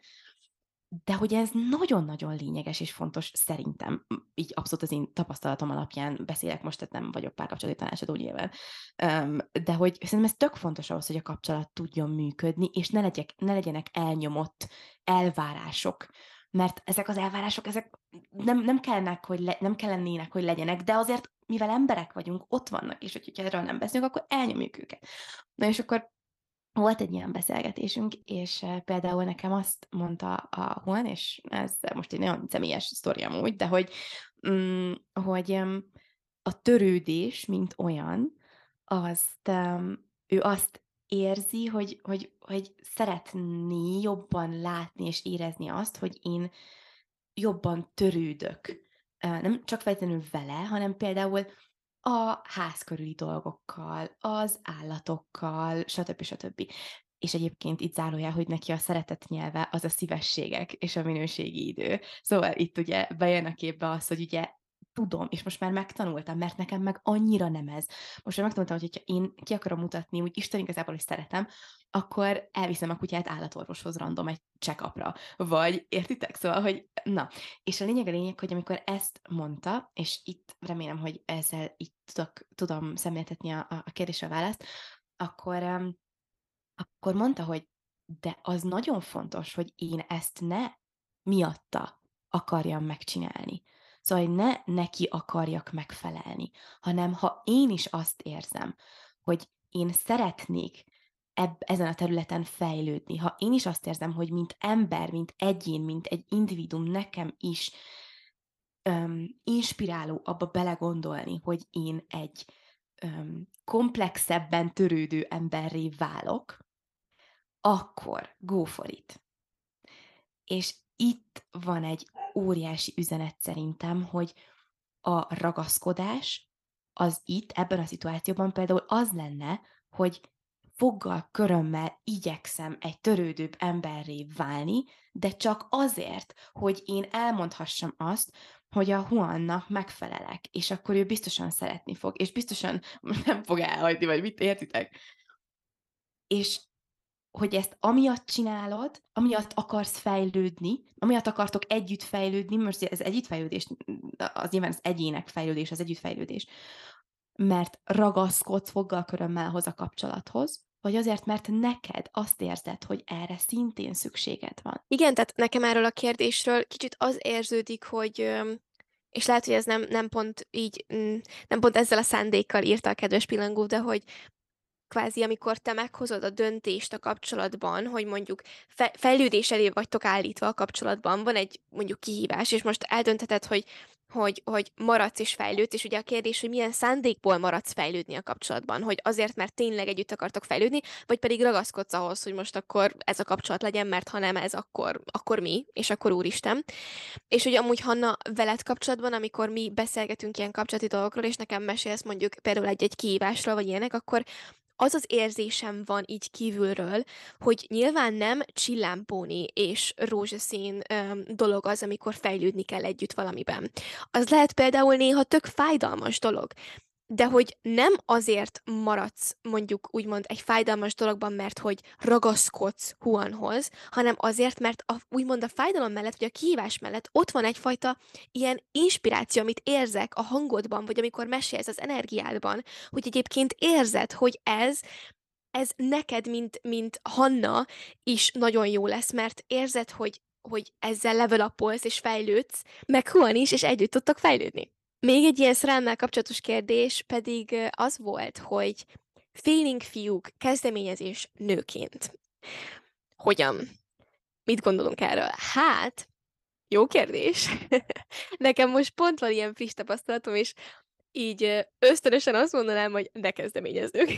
de hogy ez nagyon-nagyon lényeges és fontos szerintem, m így abszolút az én tapasztalatom alapján beszélek most, tehát nem vagyok párkapcsolati tanácsadó nyilván. Öm, de hogy szerintem ez tök fontos ahhoz, hogy a kapcsolat tudjon működni, és ne legyek ne legyenek elnyomott elvárások. Mert ezek az elvárások, ezek nem nem kellenek, hogy le nem kellenének, hogy legyenek, de azért, mivel emberek vagyunk, ott vannak, és hogyha erről nem beszélünk, akkor elnyomjuk őket. Na és akkor volt egy ilyen beszélgetésünk, és eh, például nekem azt mondta a Juan, és ez most egy nagyon személyes sztori amúgy, de hogy, mm, hogy em, a törődés, mint olyan, azt em, ő azt érzi, hogy, hogy, hogy szeretné jobban látni és érezni azt, hogy én jobban törődök. Ö, Nem csak feltétlenül vele, hanem például a ház körüli dolgokkal, az állatokkal, stb. Stb. És egyébként itt zárójel, hogy neki a szeretett nyelve az a szívességek és a minőségi idő. Szóval itt ugye bejön a képbe az, hogy ugye tudom, és most már megtanultam, mert nekem meg annyira nem ez. Most már megtanultam, hogy hogyha én ki akarom mutatni, úgy Isten igazából is szeretem, akkor elviszem a kutyát állatorvoshoz random egy check-upra. Vagy értitek? Szóval, hogy na, és a lényeg a lényeg, hogy amikor ezt mondta, és itt remélem, hogy ezzel itt tudok, tudom szemléltetni a, a kérdésre a választ, akkor, um, akkor mondta, hogy de az nagyon fontos, hogy én ezt ne miatta akarjam megcsinálni. Szóval, hogy ne neki akarjak megfelelni, hanem ha én is azt érzem, hogy én szeretnék ebb, ezen a területen fejlődni, ha én is azt érzem, hogy mint ember, mint egyén, mint egy individuum nekem is öm, inspiráló abba belegondolni, hogy én egy öm, komplexebben törődő emberré válok, akkor go for it. És itt van egy óriási üzenet szerintem, hogy a ragaszkodás az itt, ebben a szituációban például az lenne, hogy foggal, körömmel igyekszem egy törődőbb emberré válni, de csak azért, hogy én elmondhassam azt, hogy a Juannak megfelelek, és akkor ő biztosan szeretni fog, és biztosan nem fog elhagyni, vagy mit értitek? És hogy ezt amiatt csinálod, amiatt akarsz fejlődni, amiatt akartok együtt fejlődni, most ez együttfejlődés, az nyilván az egyének fejlődés, az együttfejlődés, mert ragaszkodsz foggal körömmel ahhoz a kapcsolathoz, vagy azért, mert neked azt érzed, hogy erre szintén szükséged van. Igen, tehát nekem erről a kérdésről kicsit az érződik, hogy öm, és lehet, hogy ez nem, nem pont így, mm, nem pont ezzel a szándékkal írta a kedves pillangó, de hogy kvázi amikor te meghozod a döntést a kapcsolatban, hogy mondjuk fe fejlődés elé vagytok állítva a kapcsolatban, van egy mondjuk kihívás, és most eldöntheted, hogy hogy hogy maradsz és fejlődsz, és ugye a kérdés, hogy milyen szándékból maradsz fejlődni a kapcsolatban, hogy azért, mert tényleg együtt akartok fejlődni, vagy pedig ragaszkodsz ahhoz, hogy most akkor ez a kapcsolat legyen, mert ha nem ez, akkor akkor mi, és akkor úristen. És hogy amúgy, Hanna, veled kapcsolatban, amikor mi beszélgetünk ilyen kapcsolati dolgokról, és nekem mesélsz mondjuk például egy-egy kihívásról, vagy ilyenek, akkor az az érzésem van így kívülről, hogy nyilván nem csillámpóni és rózsaszín öm, dolog az, amikor fejlődni kell együtt valamiben. Az lehet például néha tök fájdalmas dolog. De hogy nem azért maradsz mondjuk úgymond egy fájdalmas dologban, mert hogy ragaszkodsz Juanhoz, hanem azért, mert a, úgymond a fájdalom mellett, vagy a kihívás mellett ott van egyfajta ilyen inspiráció, amit érzek a hangodban, vagy amikor mesélsz az energiádban, hogy egyébként érzed, hogy ez ez neked, mint, mint Hanna is nagyon jó lesz, mert érzed, hogy, hogy ezzel level upolsz és fejlődsz, meg Juan is, és együtt tudtok fejlődni. Még egy ilyen szerelemmel kapcsolatos kérdés pedig ö, az volt, hogy félig fiúk kezdeményezés nőként. Hogyan? Mit gondolunk erről? Hát, jó kérdés. Nekem most pont van ilyen friss tapasztalatom, és így ö, ösztönösen azt mondanám, hogy ne kezdeményezzük.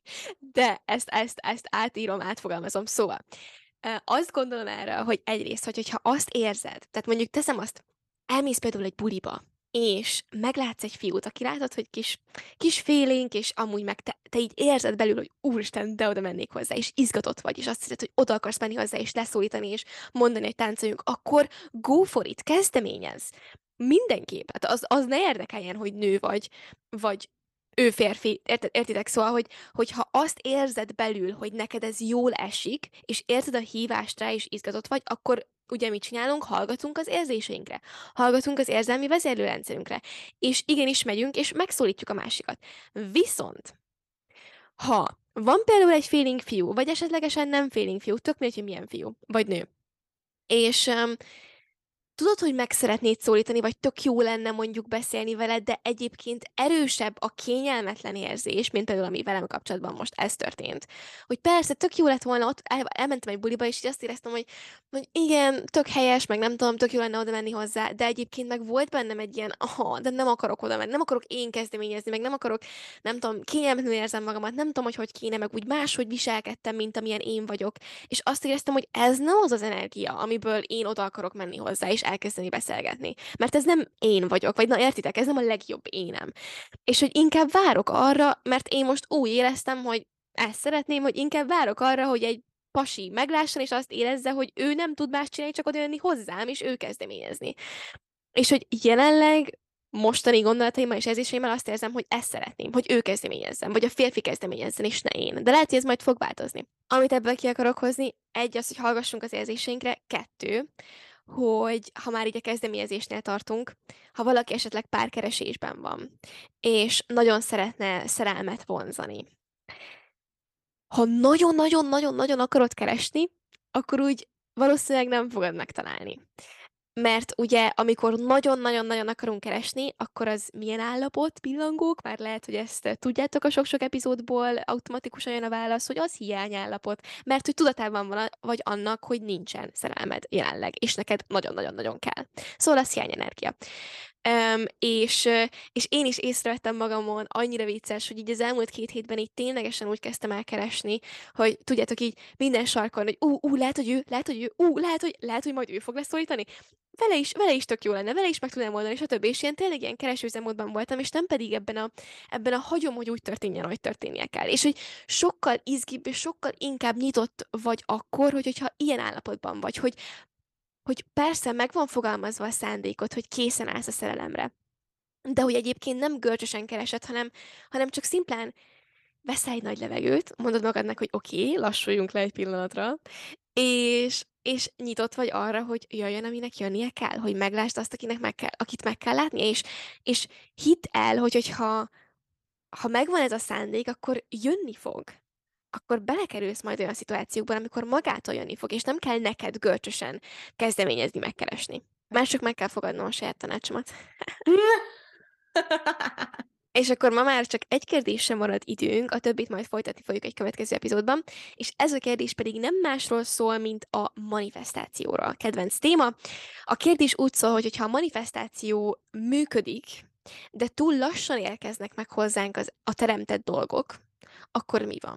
De ezt, ezt, ezt átírom, átfogalmazom. Szóval, ö, azt gondolom erre, hogy egyrészt, hogy, hogyha azt érzed, tehát mondjuk teszem azt, elmész például egy buliba, és meglátsz egy fiút, aki látod, hogy kis, kis félénk, és amúgy meg te, te így érzed belül, hogy úristen, de oda mennék hozzá, és izgatott vagy, és azt hiszed, hogy oda akarsz menni hozzá, és leszólítani, és mondani, hogy táncoljunk, akkor go for it, kezdeményezz. Mindenképp. Hát az, az ne érdekeljen, hogy nő vagy, vagy ő férfi, érted, értitek? Szóval, hogy, hogyha azt érzed belül, hogy neked ez jól esik, és érzed a hívást rá, és izgatott vagy, akkor ugye mit csinálunk? Hallgatunk az érzéseinkre. Hallgatunk az érzelmi vezérlőrendszerünkre. És igenis megyünk, és megszólítjuk a másikat. Viszont, ha van például egy félénk fiú, vagy esetlegesen nem félénk fiú, tök mindegy, hogy milyen fiú, vagy nő, és um, tudod, hogy meg szeretnéd szólítani, vagy tök jó lenne mondjuk beszélni veled, de egyébként erősebb a kényelmetlen érzés, mint például ami velem kapcsolatban most ez történt. Hogy persze, tök jó lett volna, ott el, elmentem egy buliba, és így azt éreztem, hogy, hogy igen, tök helyes, meg nem tudom, tök jó lenne oda menni hozzá, de egyébként meg volt bennem egy ilyen, aha, de nem akarok oda menni, nem akarok én kezdeményezni, meg nem akarok, nem tudom, kényelmetlenül érzem magamat, nem tudom, hogy hogy kéne, meg úgy máshogy viselkedtem, mint amilyen én vagyok. És azt éreztem, hogy ez nem az az energia, amiből én oda akarok menni hozzá, és elkezdeni beszélgetni. Mert ez nem én vagyok, vagy na értitek, ez nem a legjobb énem. És hogy inkább várok arra, mert én most úgy éreztem, hogy ezt szeretném, hogy inkább várok arra, hogy egy pasi meglásson, és azt érezze, hogy ő nem tud más csinálni, csak oda jönni hozzám, és ő kezdeményezni. És hogy jelenleg mostani gondolataimmal és érzéseimmel azt érzem, hogy ezt szeretném, hogy ő kezdeményezzen, vagy a férfi kezdeményezzen, és ne én. De lehet, hogy ez majd fog változni. Amit ebből ki akarok hozni, egy az, hogy hallgassunk az érzéseinkre, kettő, hogy ha már így a kezdeményezésnél tartunk, ha valaki esetleg párkeresésben van, és nagyon szeretne szerelmet vonzani, ha nagyon-nagyon-nagyon-nagyon akarod keresni, akkor úgy valószínűleg nem fogod megtalálni. Mert ugye, amikor nagyon-nagyon-nagyon akarunk keresni, akkor az milyen állapot, pillangók? Már lehet, hogy ezt eh, tudjátok a sok-sok epizódból, automatikusan jön a válasz, hogy az hiányállapot. Mert hogy tudatában van, vagy annak, hogy nincsen szerelmed jelenleg, és neked nagyon-nagyon-nagyon kell. Szóval az hiányenergia. Um, és, ö, és én is észrevettem magamon, annyira vicces, hogy így az elmúlt két hétben így ténylegesen úgy kezdtem el keresni, hogy tudjátok így minden sarkon, hogy ú, ú, lehet, hogy ő, lehet, hogy ő, ú, lehet, hogy, lehet, hogy majd ő fog leszólítani. Vele is, vele is tök jó lenne, vele is meg tudnám oldani, stb. És ilyen tényleg ilyen keresőzemmódban voltam, és nem pedig ebben a, ebben a hagyom, hogy úgy történjen, ahogy történnie kell. És hogy sokkal izgibb, és sokkal inkább nyitott vagy akkor, hogy, hogyha ilyen állapotban vagy, hogy hogy persze meg van fogalmazva a szándékot, hogy készen állsz a szerelemre. De hogy egyébként nem görcsösen keresed, hanem, hanem csak szimplán veszel egy nagy levegőt, mondod magadnak, hogy oké, okay, lassuljunk le egy pillanatra, és, és nyitott vagy arra, hogy jöjjön, aminek jönnie kell, hogy meglásd azt, akinek meg kell, akit meg kell látni, és, és hidd el, hogy hogyha ha megvan ez a szándék, akkor jönni fog. Akkor belekerülsz majd olyan szituációkban, amikor magától jönni fog, és nem kell neked görcsösen kezdeményezni, megkeresni. Mások meg kell fogadnom a saját tanácsomat. És akkor ma már csak egy kérdésre marad időnk, a többit majd folytatni fogjuk egy következő epizódban, és ez a kérdés pedig nem másról szól, mint a manifestációról. Kedvenc téma. A kérdés úgy szól, hogy ha a manifestáció működik, de túl lassan érkeznek meg hozzánk az, a teremtett dolgok, akkor mi van?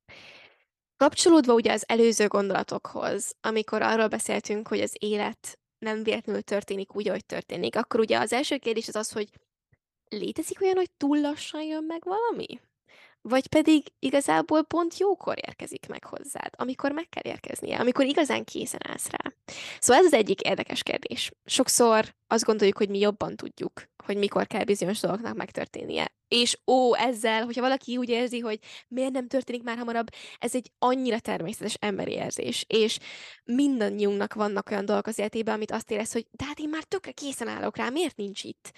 Kapcsolódva ugye az előző gondolatokhoz, amikor arról beszéltünk, hogy az élet nem véletlenül történik úgy, ahogy történik, akkor ugye az első kérdés az az, hogy létezik olyan, hogy túl lassan jön meg valami? Vagy pedig igazából pont jókor érkezik meg hozzád, amikor meg kell érkeznie, amikor igazán készen állsz rá. Szóval ez az egyik érdekes kérdés. Sokszor azt gondoljuk, hogy mi jobban tudjuk, hogy mikor kell bizonyos dolgoknak megtörténnie. És ó, ezzel, hogyha valaki úgy érzi, hogy miért nem történik már hamarabb, ez egy annyira természetes emberi érzés. És mindannyiunknak vannak olyan dolgok az életében, amit azt érez, hogy de hát én már tökre készen állok rá, miért nincs itt?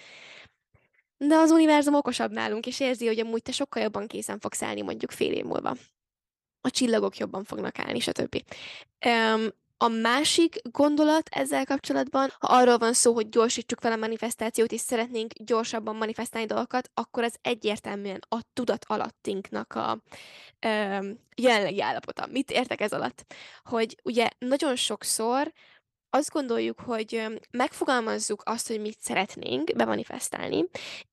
De az univerzum okosabb nálunk, és érzi, hogy amúgy te sokkal jobban készen fogsz állni mondjuk fél év múlva. A csillagok jobban fognak állni, stb. Öm, a másik gondolat ezzel kapcsolatban, ha arról van szó, hogy gyorsítsuk fel a manifestációt, és szeretnénk gyorsabban manifestálni dolgokat, akkor az egyértelműen a tudat alattinknak a öm, jelenlegi állapota. Mit értek ez alatt? Hogy ugye nagyon sokszor azt gondoljuk, hogy ö, megfogalmazzuk azt, hogy mit szeretnénk bemanifestálni,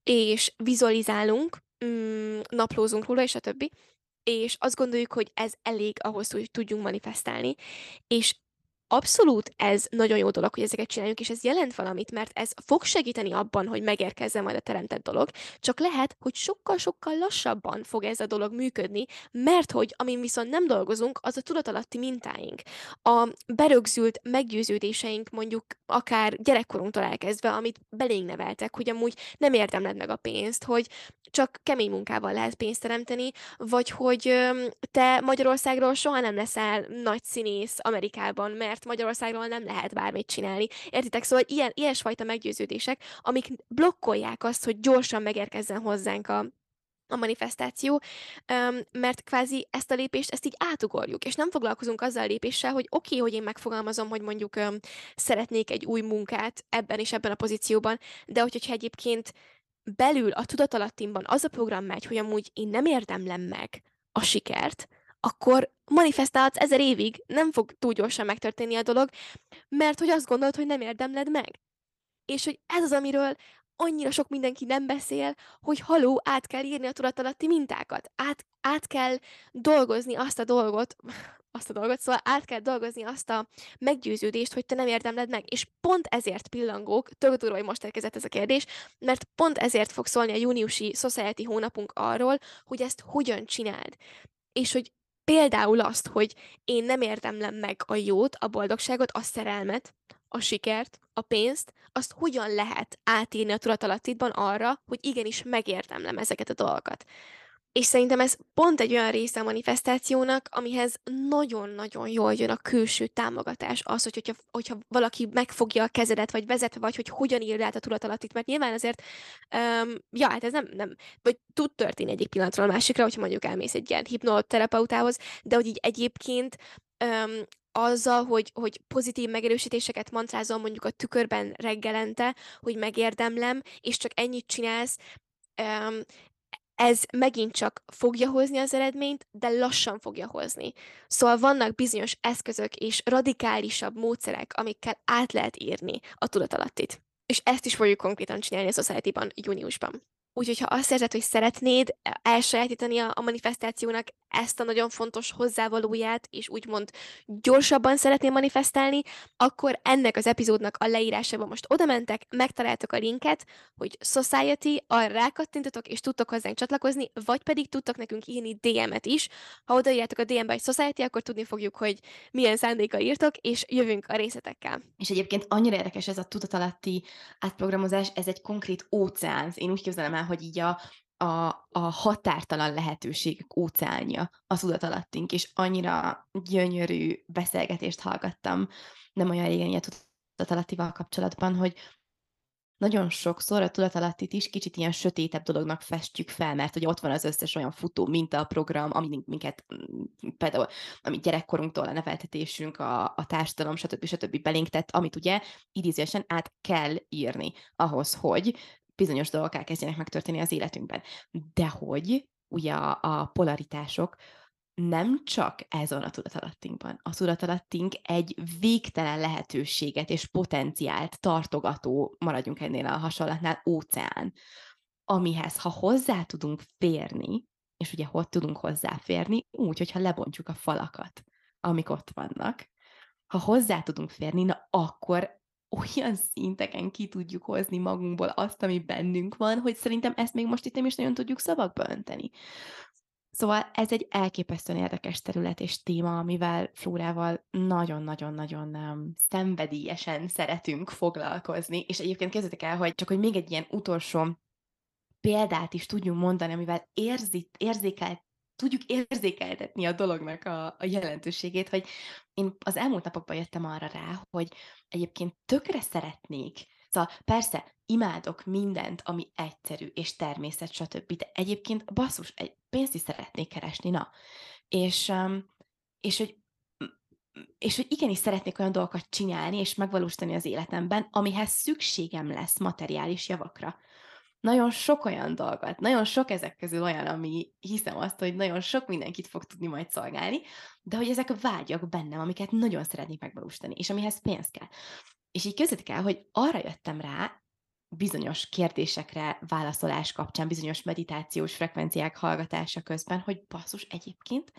és vizualizálunk, mm, naplózunk róla, és a többi, és azt gondoljuk, hogy ez elég ahhoz, hogy tudjunk manifestálni, és abszolút ez nagyon jó dolog, hogy ezeket csináljuk, és ez jelent valamit, mert ez fog segíteni abban, hogy megérkezzen majd a teremtett dolog, csak lehet, hogy sokkal-sokkal lassabban fog ez a dolog működni, mert hogy amin viszont nem dolgozunk, az a tudatalatti mintáink. A berögzült meggyőződéseink mondjuk akár gyerekkorunktól elkezdve, amit belénk neveltek, hogy amúgy nem érdemled meg a pénzt, hogy csak kemény munkával lehet pénzt teremteni, vagy hogy öm, te Magyarországról soha nem leszel nagy színész Amerikában, mert Magyarországról nem lehet bármit csinálni. Értitek? Szóval ilyen, ilyesfajta meggyőződések, amik blokkolják azt, hogy gyorsan megérkezzen hozzánk a, a manifestáció, öm, mert kvázi ezt a lépést, ezt így átugorjuk, és nem foglalkozunk azzal a lépéssel, hogy oké, okay, hogy én megfogalmazom, hogy mondjuk öm, szeretnék egy új munkát ebben és ebben a pozícióban, de hogyha egyébként belül a tudatalattimban az a program megy, hogy amúgy én nem érdemlem meg a sikert, akkor manifestálhatsz ezer évig, nem fog túl gyorsan megtörténni a dolog, mert hogy azt gondolod, hogy nem érdemled meg. És hogy ez az, amiről annyira sok mindenki nem beszél, hogy haló, át kell írni a tudatalatti mintákat. Át, át kell dolgozni azt a dolgot, azt a dolgot, szóval át kell dolgozni azt a meggyőződést, hogy te nem érdemled meg. És pont ezért pillangók, tök durva, hogy most érkezett ez a kérdés, mert pont ezért fog szólni a júniusi Society hónapunk arról, hogy ezt hogyan csináld. És hogy például azt, hogy én nem érdemlem meg a jót, a boldogságot, a szerelmet, a sikert, a pénzt, azt hogyan lehet átírni a tudatalattidban arra, hogy igenis megérdemlem ezeket a dolgokat. És szerintem ez pont egy olyan része a manifestációnak, amihez nagyon-nagyon jól jön a külső támogatás. Az, hogy, hogyha, hogyha valaki megfogja a kezedet, vagy vezet, vagy hogy hogyan írd át a tudatalattit, mert nyilván azért, um, ja, hát ez nem, nem, vagy tud történni egyik pillanatról a másikra, hogyha mondjuk elmész egy ilyen hipnoterapeutához, de hogy így egyébként um, azzal, hogy, hogy pozitív megerősítéseket mantrázol mondjuk a tükörben reggelente, hogy megérdemlem, és csak ennyit csinálsz, um, ez megint csak fogja hozni az eredményt, de lassan fogja hozni. Szóval vannak bizonyos eszközök és radikálisabb módszerek, amikkel át lehet írni a tudatalattit. És ezt is fogjuk konkrétan csinálni a Society-ban júniusban. Úgyhogy ha azt érzed, hogy szeretnéd elsajátítani a, a manifestációnak ezt a nagyon fontos hozzávalóját, és úgymond gyorsabban szeretnél manifestálni, akkor ennek az epizódnak a leírásában most oda mentek, megtaláltok a linket, hogy Society, arra rákattintotok, és tudtok hozzánk csatlakozni, vagy pedig tudtok nekünk írni dé em-et is. Ha odaírjátok a dé em-be egy Society, akkor tudni fogjuk, hogy milyen szándékkal írtok, és jövünk a részletekkel. És egyébként annyira érdekes ez a tudatalatti átprogramozás, ez egy konkrét óceán. Én úgy képzelem el, hogy így a, a, a határtalan lehetőségek óceánja a tudatalattunk, és annyira gyönyörű beszélgetést hallgattam nem olyan régen a tudatalattival kapcsolatban, hogy nagyon sokszor a tudatalattit is kicsit ilyen sötétebb dolognak festjük fel, mert hogy ott van az összes olyan futó mintaprogram, ami minket mm, például, ami gyerekkorunktól a neveltetésünk, a, a társadalom, stb. stb. Belénk tett, amit ugye idézőesen át kell írni ahhoz, hogy bizonyos dolgok elkezdjenek megtörténni az életünkben. De hogy ugye a, a polaritások nem csak ez van a tudatalattinkban. A tudatalattunk egy végtelen lehetőséget és potenciált tartogató, maradjunk ennél a hasonlatnál, óceán, amihez, ha hozzá tudunk férni, és ugye hogy tudunk hozzáférni, úgy, hogyha lebontjuk a falakat, amik ott vannak, ha hozzá tudunk férni, na akkor olyan szinteken ki tudjuk hozni magunkból azt, ami bennünk van, hogy szerintem ezt még most itt nem is nagyon tudjuk szavakba önteni. Szóval ez egy elképesztően érdekes terület és téma, amivel Flórával nagyon-nagyon-nagyon um, szenvedélyesen szeretünk foglalkozni, és egyébként képzeljétek el, hogy csak hogy még egy ilyen utolsó példát is tudjunk mondani, amivel érzít, érzékel, tudjuk érzékeltetni a dolognak a, a jelentőségét, hogy én az elmúlt napokban jöttem arra rá, hogy egyébként tökre szeretnék, szóval persze imádok mindent, ami egyszerű és természet, stb., de egyébként basszus, egy pénzt is szeretnék keresni, na. És, um, és hogy és hogy igenis szeretnék olyan dolgokat csinálni és megvalósítani az életemben, amihez szükségem lesz materiális javakra. Nagyon sok olyan dolgot, nagyon sok ezek közül olyan, ami hiszem azt, hogy nagyon sok mindenkit fog tudni majd szolgálni, de hogy ezek vágyak bennem, amiket nagyon szeretnék megvalósítani, és amihez pénz kell. És így közöttek el, hogy arra jöttem rá, bizonyos kérdésekre válaszolás kapcsán, bizonyos meditációs frekvenciák hallgatása közben, hogy basszus, egyébként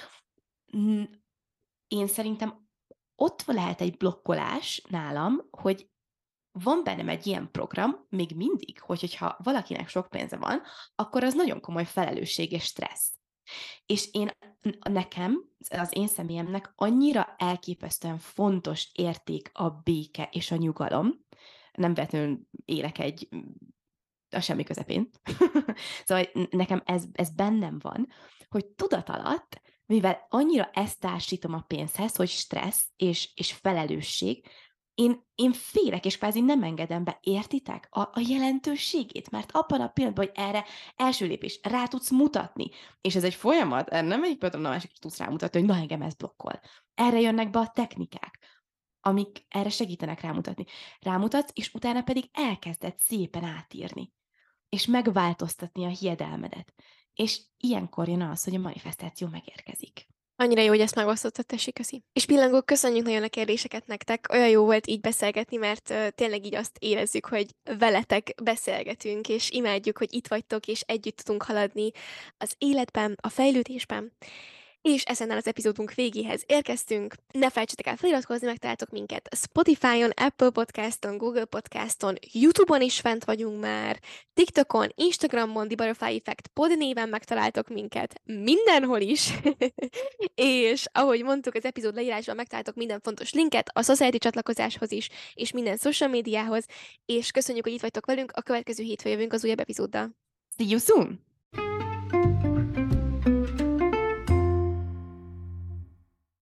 én szerintem ott lehet egy blokkolás nálam, hogy van bennem egy ilyen program, még mindig, hogy, hogyha valakinek sok pénze van, akkor az nagyon komoly felelősség és stressz. És én, nekem, az én személyemnek annyira elképesztően fontos érték a béke és a nyugalom. Nem véletlenül élek egy a semmi közepén. Szóval nekem ez, ez bennem van, hogy tudat alatt, mivel annyira ezt társítom a pénzhez, hogy stressz és, és felelősség, én, én félek, és kvázi nem engedem be, értitek? A, a jelentőségét, mert abban a pillanatban, hogy erre első lépés, rá tudsz mutatni, és ez egy folyamat, erre nem egyik pillanatban a másikra tudsz rámutatni, hogy na engem ez blokkol. Erre jönnek be a technikák, amik erre segítenek rámutatni. Rámutatsz, és utána pedig elkezded szépen átírni, és megváltoztatni a hiedelmedet. És ilyenkor jön az, hogy a manifestáció megérkezik. Annyira jó, hogy ezt megosztottad, tessék, köszi. És pillangók, köszönjük nagyon a kérdéseket nektek. Olyan jó volt így beszélgetni, mert uh, tényleg így azt érezzük, hogy veletek beszélgetünk, és imádjuk, hogy itt vagytok, és együtt tudunk haladni az életben, a fejlődésben. És ezennel az epizódunk végéhez érkeztünk. Ne felejtsetek el feliratkozni, megtaláltok minket Spotify-on, Apple Podcaston, Google Podcaston, YouTube-on is fent vagyunk már, TikTokon, Instagramon, The Butterfly Effect pod néven megtaláltok minket, mindenhol is. És ahogy mondtuk, az epizód leírásban megtaláltok minden fontos linket, a Society csatlakozáshoz is, és minden social médiához, és köszönjük, hogy itt vagytok velünk, a következő hétfőn jövünk az újabb epizóddal. See you soon!